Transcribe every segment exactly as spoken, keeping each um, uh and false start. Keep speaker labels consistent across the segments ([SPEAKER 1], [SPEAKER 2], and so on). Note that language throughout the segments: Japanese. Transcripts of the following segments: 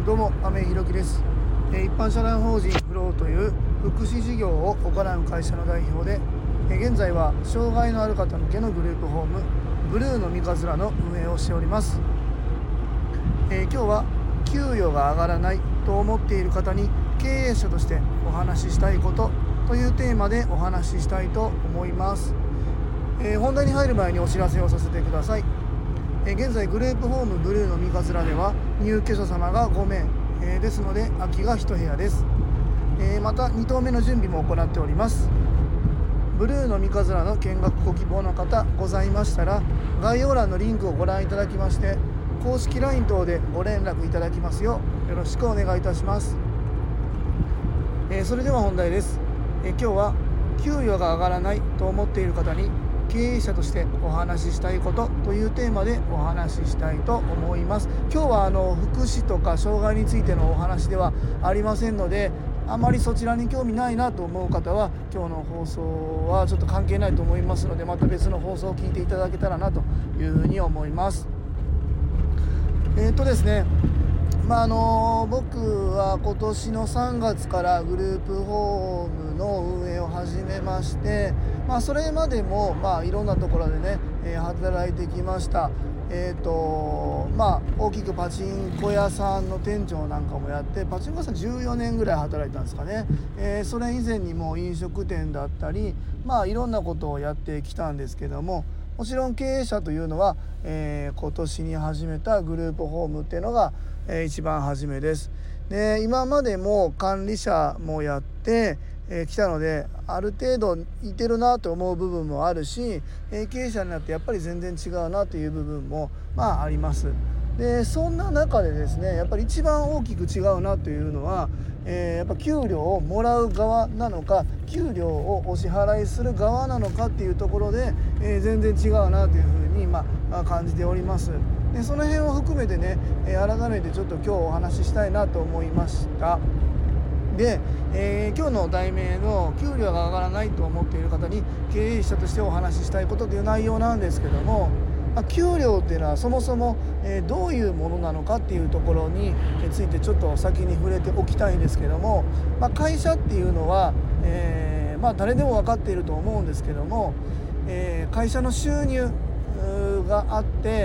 [SPEAKER 1] どうも、雨井弘樹です。えー一般社団法人フローという福祉事業を行う会社の代表で、えー現在は障害のある方向けのグループホームブルーの三日面の運営をしております。えー今日は給与が上がらないと思っている方に経営者としてお話ししたいことというテーマでお話ししたいと思います。えー本題に入る前にお知らせをさせてください。えー現在グループホームブルーの三日面では入居者様がごめい、えーですので空きがいち部屋です。えーまたに棟目の準備も行っております。ブルーの三日面の見学ご希望の方ございましたら、概要欄のリンクをご覧いただきまして、公式 ライン 等でご連絡いただきますようよろしくお願いいたします。えーそれでは本題です。えー今日は給与が上がらないと思っている方に経営者としてお話ししたいことというテーマでお話ししたいと思います。今日はあの福祉とか障害についてのお話ではありませんので、あまりそちらに興味ないなと思う方は今日の放送はちょっと関係ないと思いますので、また別の放送を聞いていただけたらなというふうに思います。えーとですねまああの僕は今年のさんがつからグループホームの運営を始めまして、まあ、それまでもまあいろんなところでね、えー働いてきました。えーとまあ、大きくパチンコ屋さんの店長なんかもやって、パチンコ屋さんじゅうよねんぐらい働いたんですかね。えーそれ以前にも飲食店だったり、まあいろんなことをやってきたんですけども、もちろん経営者というのは、えー今年に始めたグループホームっていうのが、えー一番初めです。で今までも管理者もやってき、えー来たので、ある程度似てるなと思う部分もあるし、えー経営者になってやっぱり全然違うなという部分もまああります。でそんな中でですね、やっぱり一番大きく違うなというのは、えーやっぱ給料をもらう側なのか、給料をお支払いする側なのかっていうところで、えー全然違うなというふうに、まあ、感じております。でその辺を含めてね、えー改めてちょっと今日お話ししたいなと思いました。で、えー今日の題名の給料が上がらないと思っている方に経営者としてお話ししたいことという内容なんですけども、まあ、給料っていうのはそもそも、えーどういうものなのかっていうところについてちょっと先に触れておきたいんですけども、まあ、会社っていうのは、えーまあ、誰でも分かっていると思うんですけども、えー会社の収入うーがあって、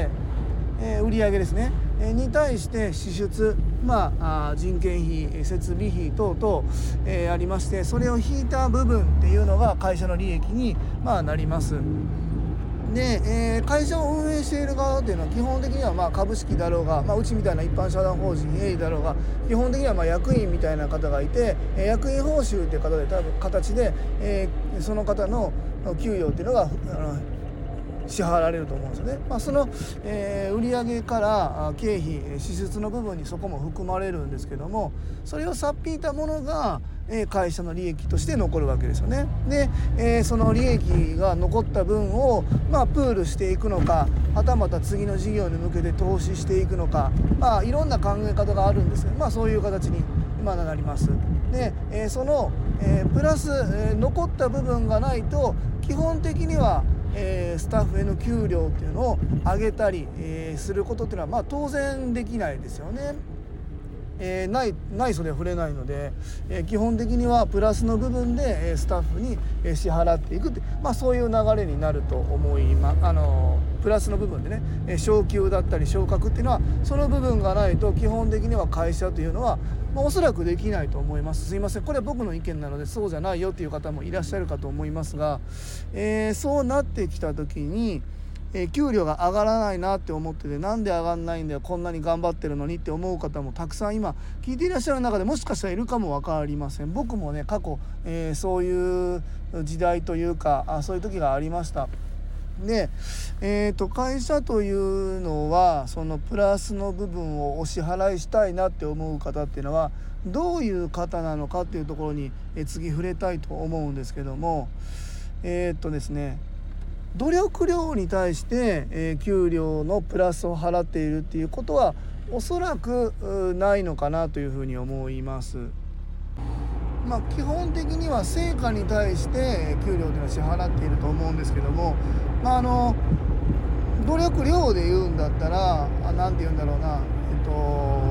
[SPEAKER 1] えー売上ですね、えーに対して支出、まあ、あー人件費設備費等々、えーありまして、それを引いた部分っていうのが会社の利益に、まあ、なります。で、えー会社を運営している側っていうのは基本的にはまあ株式だろうが、まあ、うちみたいな一般社団法人営利だろうが、基本的にはまあ役員みたいな方がいて、えー役員報酬っていう形で多分形で、えーその方の給与っていうのがあの支払われると思うんですよね。まあ、その、えー売上からあ経費支出の部分にそこも含まれるんですけども、それをさっぴいたものが、えー会社の利益として残るわけですよね。で、えーその利益が残った分を、まあ、プールしていくのか、はたまた次の事業に向けて投資していくのか、まあ、いろんな考え方があるんですけど、まあ、そういう形に今なります。で、えーその、えープラス、えー残った部分がないと基本的にはえースタッフへの給料っていうのを上げたり、えーすることっていうのはまあ当然できないですよね。えーないないそれは触れないので、えー基本的にはプラスの部分で、えースタッフにえー支払っていくって、まあ、そういう流れになると思います。あのープラスの部分でね、えー昇給だったり昇格っていうのはその部分がないと基本的には会社というのは、まあ、おそらくできないと思います。すいません、これは僕の意見なのでそうじゃないよっていう方もいらっしゃるかと思いますが、えーそうなってきた時に、えー給料が上がらないなって思ってて、なんで上がんないんだよ、こんなに頑張ってるのにって思う方もたくさん今聞いていらっしゃる中でもしかしたらいるかも分かりません。僕もね過去、えーそういう時代というか、あそういう時がありました。で、えー、と会社というのはそのプラスの部分をお支払いしたいなって思う方っていうのはどういう方なのかっていうところに、えー次触れたいと思うんですけども、えー、っとですね努力量に対して、えー給料のプラスを払っているっていうことはおそらくうないのかなというふうに思います。まあ、基本的には成果に対して給料というのは支払っていると思うんですけども、まあ、あの努力量で言うんだったらあなんて言うんだろうな、えっと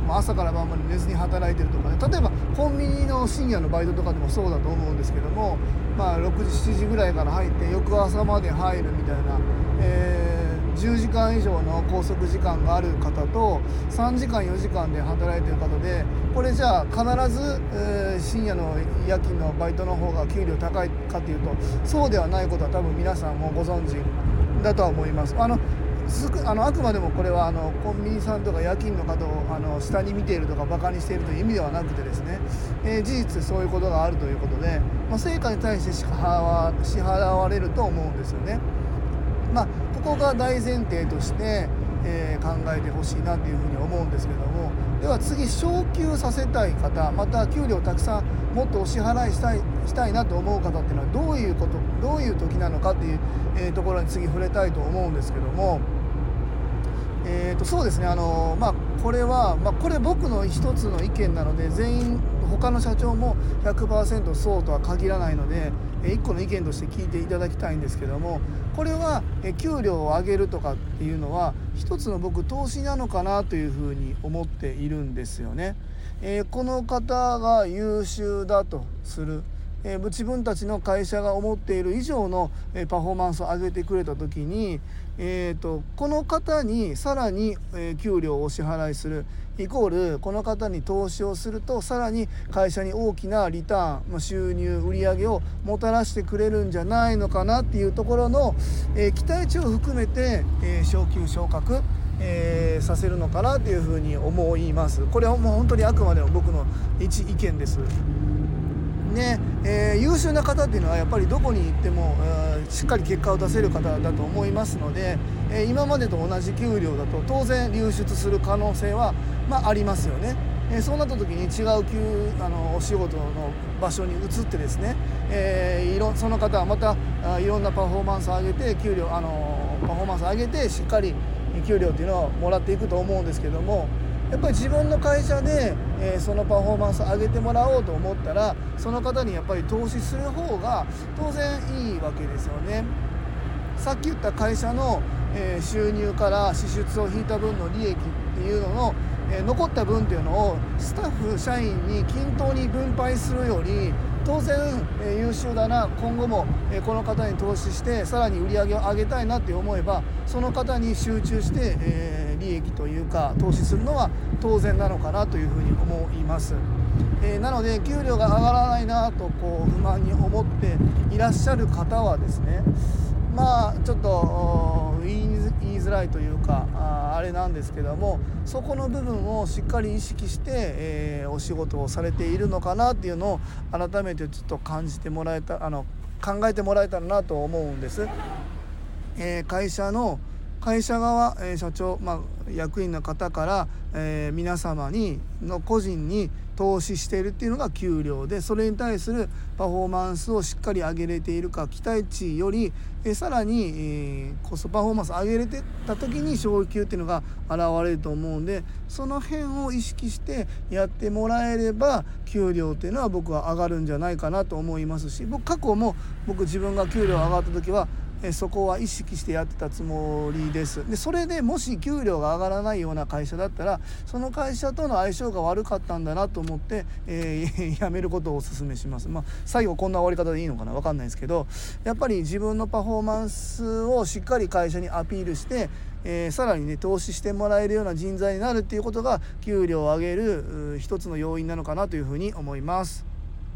[SPEAKER 1] も朝から晩まで寝ずに働いてるとかね、例えばコンビニの深夜のバイトとかでもそうだと思うんですけども、まあ、ろくじしちじぐらいから入って翌朝まで入るみたいな、えーじゅうじかん以上の拘束時間がある方とさんじかんよじかんで働いてる方で、これじゃあ必ず、えー、深夜の夜勤のバイトの方が給料高いかというとそうではないことは多分皆さんもご存知だとは思います。あのあのあくまでもこれはあのコンビニさんとか夜勤の方をあの下に見ているとかバカにしているという意味ではなくてですね、えー、事実そういうことがあるということで、まあ、成果に対して支払わ、支払われると思うんですよね。まあ、ここが大前提として、えー、考えてほしいなというふうに思うんですけども、では次昇給させたい方、また給料をたくさんもっとお支払いしたいしたいなと思う方っていうのはどういうことどういう時なのかっていう、えー、ところに次触れたいと思うんですけども、えー、とそうですね、あのまあ、これは、まあ、これ僕の一つの意見なので全員他の社長も ひゃくパーセント そうとは限らないので、いっこの意見として聞いていただきたいんですけども、これは給料を上げるとかっていうのは一つの僕投資なのかなというふうに思っているんですよね。えー、この方が優秀だとする、えー、自分たちの会社が思っている以上の、えー、パフォーマンスを上げてくれた時に、えーと、この方にさらに、えー、給料をお支払いするイコールこの方に投資をするとさらに会社に大きなリターン、まあ、収入売上をもたらしてくれるんじゃないのかなっていうところの、えー、期待値を含めて、えー、昇給昇格えー、させるのかなというふうに思います。これはもう本当にあくまでも僕の一意見です。ねえー、優秀な方っていうのはやっぱりどこに行っても、えー、しっかり結果を出せる方だと思いますので、えー、今までと同じ給料だと当然流出する可能性は、まあ、ありますよね。えー、そうなった時に違う給あのお仕事の場所に移ってですね、えー、いろその方はまたあいろんなパフォーマンスを上げて給料あのパフォーマンスを上げてしっかり給料っていうのをもらっていくと思うんですけども、やっぱり自分の会社で、えー、そのパフォーマンスを上げてもらおうと思ったらその方にやっぱり投資する方が当然いいわけですよね。さっき言った会社の、えー、収入から支出を引いた分の利益っていうのの、えー、残った分っていうのをスタッフ社員に均等に分配するより当然、えー、優秀だな今後も、えー、この方に投資してさらに売り上げを上げたいなって思えばその方に集中して、えー、利益というか投資するのは当然なのかなというふうに思います。えー、なので給料が上がらないなとこう不満に思っていらっしゃる方はですね、まあちょっと言いづらいというか あ, あれなんですけどもそこの部分をしっかり意識して、えー、お仕事をされているのかなっていうのを改めてちょっと感じてもらえたあの考えてもらえたらなと思うんです。えー、会社の会社側、えー、社長、まあ、役員の方から、えー、皆様にの個人に投資しているっていうのが給料でそれに対するパフォーマンスをしっかり上げれているか期待値より、えー、さらに、えー、コストパフォーマンス上げれてた時に昇給っていうのが現れると思うんでその辺を意識してやってもらえれば給料っていうのは僕は上がるんじゃないかなと思いますし僕過去も僕自分が給料上がった時はえそこは意識してやってたつもりです。でそれでもし給料が上がらないような会社だったらその会社との相性が悪かったんだなと思って、えー、辞めることをお勧めします。まあ最後こんな終わり方でいいのかな分かんないですけどやっぱり自分のパフォーマンスをしっかり会社にアピールして、えー、さらにね投資してもらえるような人材になるっていうことが給料を上げる一つの要因なのかなというふうに思います。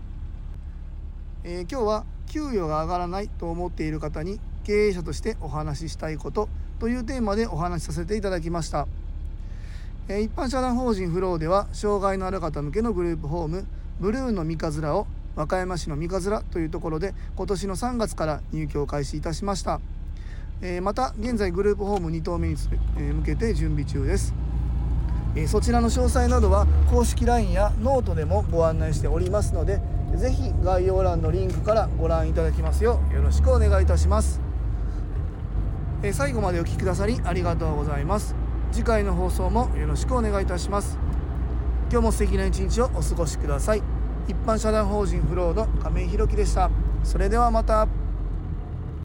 [SPEAKER 1] えー、今日は給与が上がらないと思っている方に経営者としてお話ししたいことというテーマでお話しさせていただきました。えー、一般社団法人フローでは障害のある方向けのグループホームブルーの三日面を和歌山市の三日面というところで今年のさんがつから入居を開始いたしました。えー、また現在グループホームに棟目に向けて準備中です。えー、そちらの詳細などは公式 ライン やノートでもご案内しておりますのでぜひ概要欄のリンクからご覧いただきますようよろしくお願いいたします。えー、最後までお聞きくださりありがとうございます。次回の放送もよろしくお願いいたします。今日も素敵な一日をお過ごしください。一般社団法人フローの亀井宏樹でした。それではまた。